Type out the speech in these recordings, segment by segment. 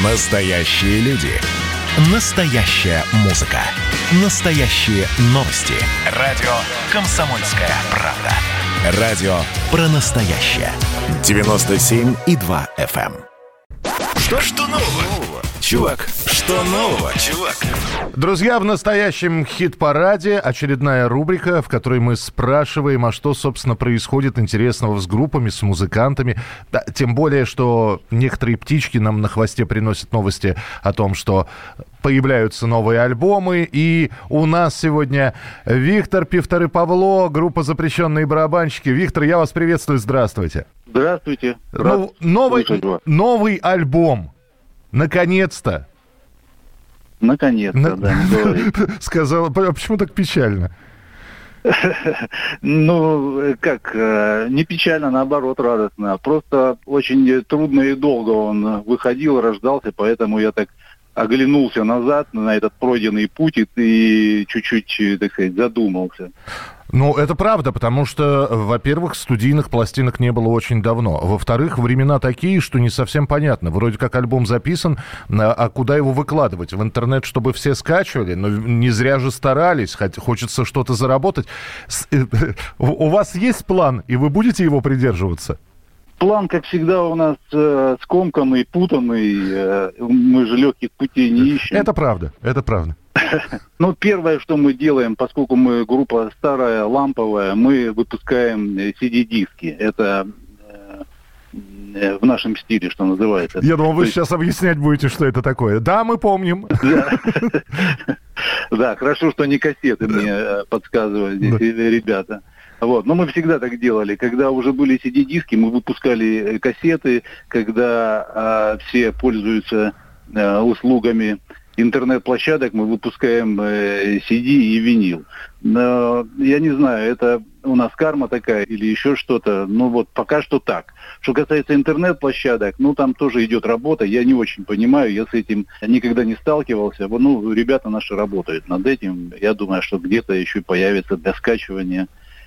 Настоящие люди. Настоящая музыка. Настоящие новости. Радио «Комсомольская правда». Радио про настоящее. 97,2 FM. Что нового, чувак? Что нового, чувак? Друзья, в настоящем хит-параде очередная рубрика, в которой мы спрашиваем, а что, собственно, происходит интересного с группами, с музыкантами. Да, тем более, что некоторые птички нам на хвосте приносят новости о том, что появляются новые альбомы. И у нас сегодня Виктор, Пивтор и Павло, группа «Запрещенные барабанщики». Виктор, я вас приветствую, здравствуйте. Здравствуйте. Новый альбом. Наконец-то. Наконец-то, да, не говори. Сказал, почему так печально? Ну, как, не печально, наоборот, радостно. Просто очень трудно и долго он выходил, рождался, поэтому я так оглянулся назад на этот пройденный путь и чуть-чуть, так сказать, задумался. Ну, это правда, потому что, во-первых, студийных пластинок не было очень давно. Во-вторых, времена такие, что не совсем понятно. Вроде как альбом записан, а куда его выкладывать? В интернет, чтобы все скачивали? Но не зря же старались, хочется что-то заработать. У вас есть план, и вы будете его придерживаться? План, как всегда, у нас скомканный, путанный. Мы же легких путей не ищем. Это правда, это правда. Ну, первое, что мы делаем, поскольку мы группа старая, ламповая, мы выпускаем CD-диски. Это в нашем стиле, что называется. Я думал, вы сейчас объяснять будете, что это такое. Да, мы помним. Да, хорошо, что не кассеты мне подсказывают здесь ребята. Вот. Но мы всегда так делали. Когда уже были CD-диски, мы выпускали кассеты. Когда все пользуются услугами интернет-площадок, мы выпускаем CD и винил. Но, я не знаю, это у нас карма такая или еще что-то. Ну вот пока что так. Что касается интернет-площадок, ну там тоже идет работа. Я не очень понимаю, я с этим никогда не сталкивался. Ну, ребята наши работают над этим. Я думаю, что где-то еще появится для скачивания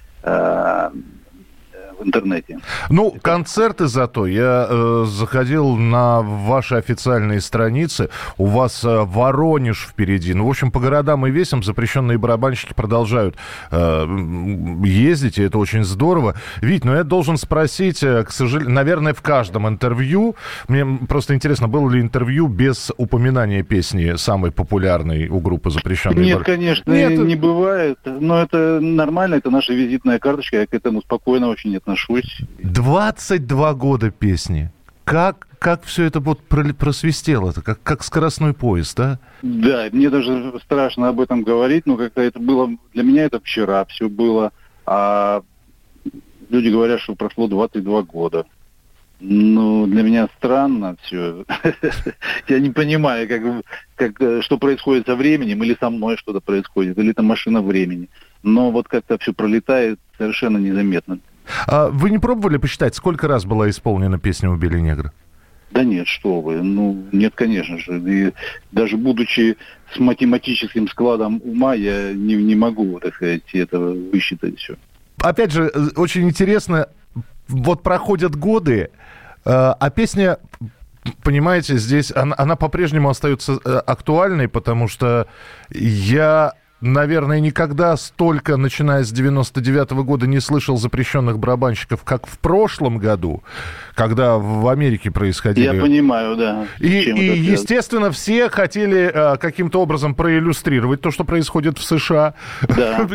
в интернете. Ну, концерты зато. Я заходил на ваши официальные страницы. У вас Воронеж впереди. Ну, в общем, по городам и весям запрещенные барабанщики продолжают ездить, и это очень здорово. Вить, но я должен спросить, к сожалению, наверное, в каждом интервью, мне просто интересно, было ли интервью без упоминания песни самой популярной у группы запрещенные барабанщики? Нет, конечно, нет, не бывает. Но это нормально, это наша визитная карточка, я к этому спокойно очень отношусь. 22 года песни. Как все это вот просвистело-то? Как скоростной поезд, да? Да, мне даже страшно об этом говорить, но как-то это было... Для меня это вчера все было. А люди говорят, что прошло 22 года. Ну, для меня странно все. Я не понимаю, что происходит со временем, или со мной что-то происходит, или это машина времени. Но вот как-то все пролетает совершенно незаметно. А вы не пробовали посчитать, сколько раз была исполнена песня «Убили негра»? Да нет, что вы. Ну, нет, конечно же. И даже будучи с математическим складом ума, я не могу, так сказать, этого высчитать все. Опять же, очень интересно, вот проходят годы, а песня, понимаете, здесь она по-прежнему остается актуальной, потому что я... Наверное, никогда столько, начиная с 99-го года, не слышал запрещенных барабанщиков, как в прошлом году, когда в Америке происходили... Я понимаю, да. И естественно, все хотели каким-то образом проиллюстрировать то, что происходит в США. Да,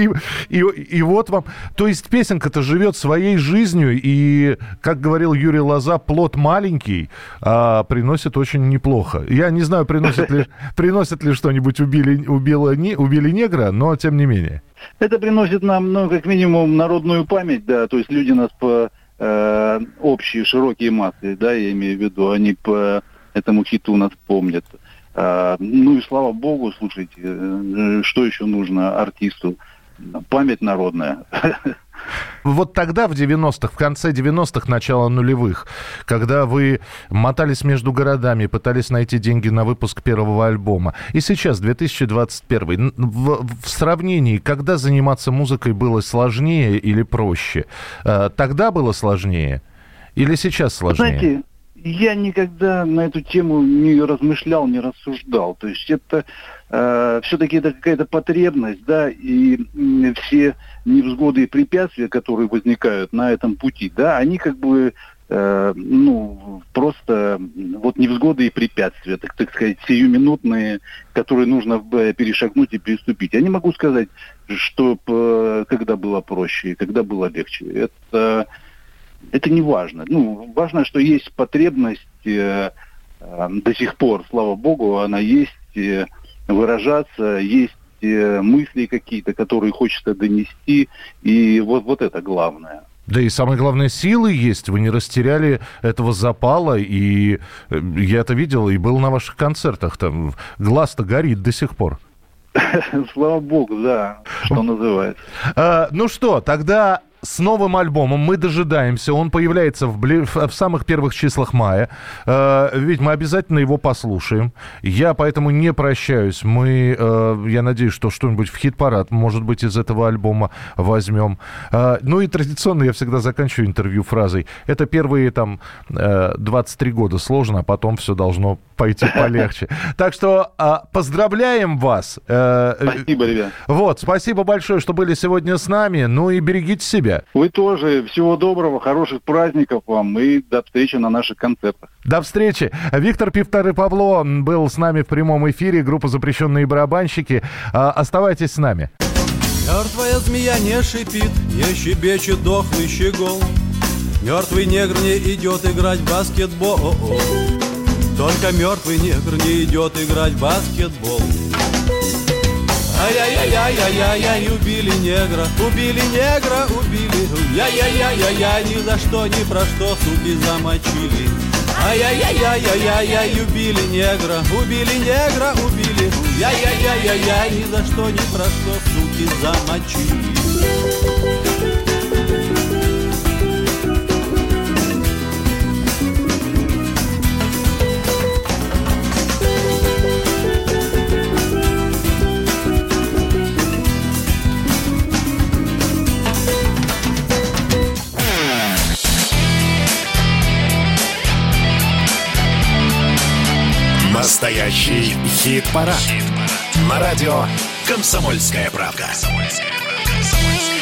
и вот вам... То есть песенка-то живет своей жизнью, и, как говорил Юрий Лоза, плод маленький, а приносит очень неплохо. Я не знаю, приносит ли что-нибудь «Убили негра», но тем не менее. Это приносит нам, ну, как минимум, народную память, да, то есть люди нас по общие широкие массы, да, я имею в виду, они по этому хиту нас помнят. Ну и слава богу, слушайте, что еще нужно артисту? Память народная. Вот тогда, в 90-х, в конце 90-х, начало нулевых, когда вы мотались между городами, пытались найти деньги на выпуск первого альбома, и сейчас, 2021, в сравнении, когда заниматься музыкой было сложнее или проще? Тогда было сложнее или сейчас сложнее? Знаете, Я никогда на эту тему не размышлял, не рассуждал. То есть это все-таки это какая-то потребность, да, и все невзгоды и препятствия, которые возникают на этом пути, да, они как бы просто вот невзгоды и препятствия, так сказать, сиюминутные, которые нужно перешагнуть и переступить. Я не могу сказать, что когда было проще, когда было легче. Это не важно. Важно, что есть потребность до сих пор, слава богу, она есть, выражаться, есть мысли какие-то, которые хочется донести, и вот это главное. Да и самое главное, силы есть. Вы не растеряли этого запала. И я это видел, и был на ваших концертах. Там глаз-то горит до сих пор. Слава богу, да, что называется. Ну что, тогда с новым альбомом мы дожидаемся. Он появляется в самых первых числах мая. Ведь мы обязательно его послушаем. Я поэтому не прощаюсь. Я надеюсь, что что-нибудь в хит-парад, может быть, из этого альбома возьмем. Ну и традиционно я всегда заканчиваю интервью фразой: это первые там 23 года сложно, а потом все должно пойти полегче. Так что поздравляем вас. Спасибо, ребят. Вот, спасибо большое, что были сегодня с нами. Ну и берегите себя. Вы тоже. Всего доброго, хороших праздников вам и до встречи на наших концертах. До встречи. Виктор Пивторы-Павло был с нами в прямом эфире. Группа «Запрещенные барабанщики». Оставайтесь с нами. Мертвая змея не шипит, не щебечет дохлый щегол. Мертвый негр не идет играть в баскетбол. Только мертвый негр не идет играть в баскетбол. Ай-яй-яй-яй-яй-яй, убили негра, убили негра, убили. Яй-яй-яй-яй-яй, ни за что, ни про что, суки замочили. Ай-яй-яй-яй-яй-яй, убили негра, убили негра, убили. Яй-яй-яй-яй-яй, ни за что, ни про что, суки замочили. Настоящий хит-парад. На радио «Комсомольская правда».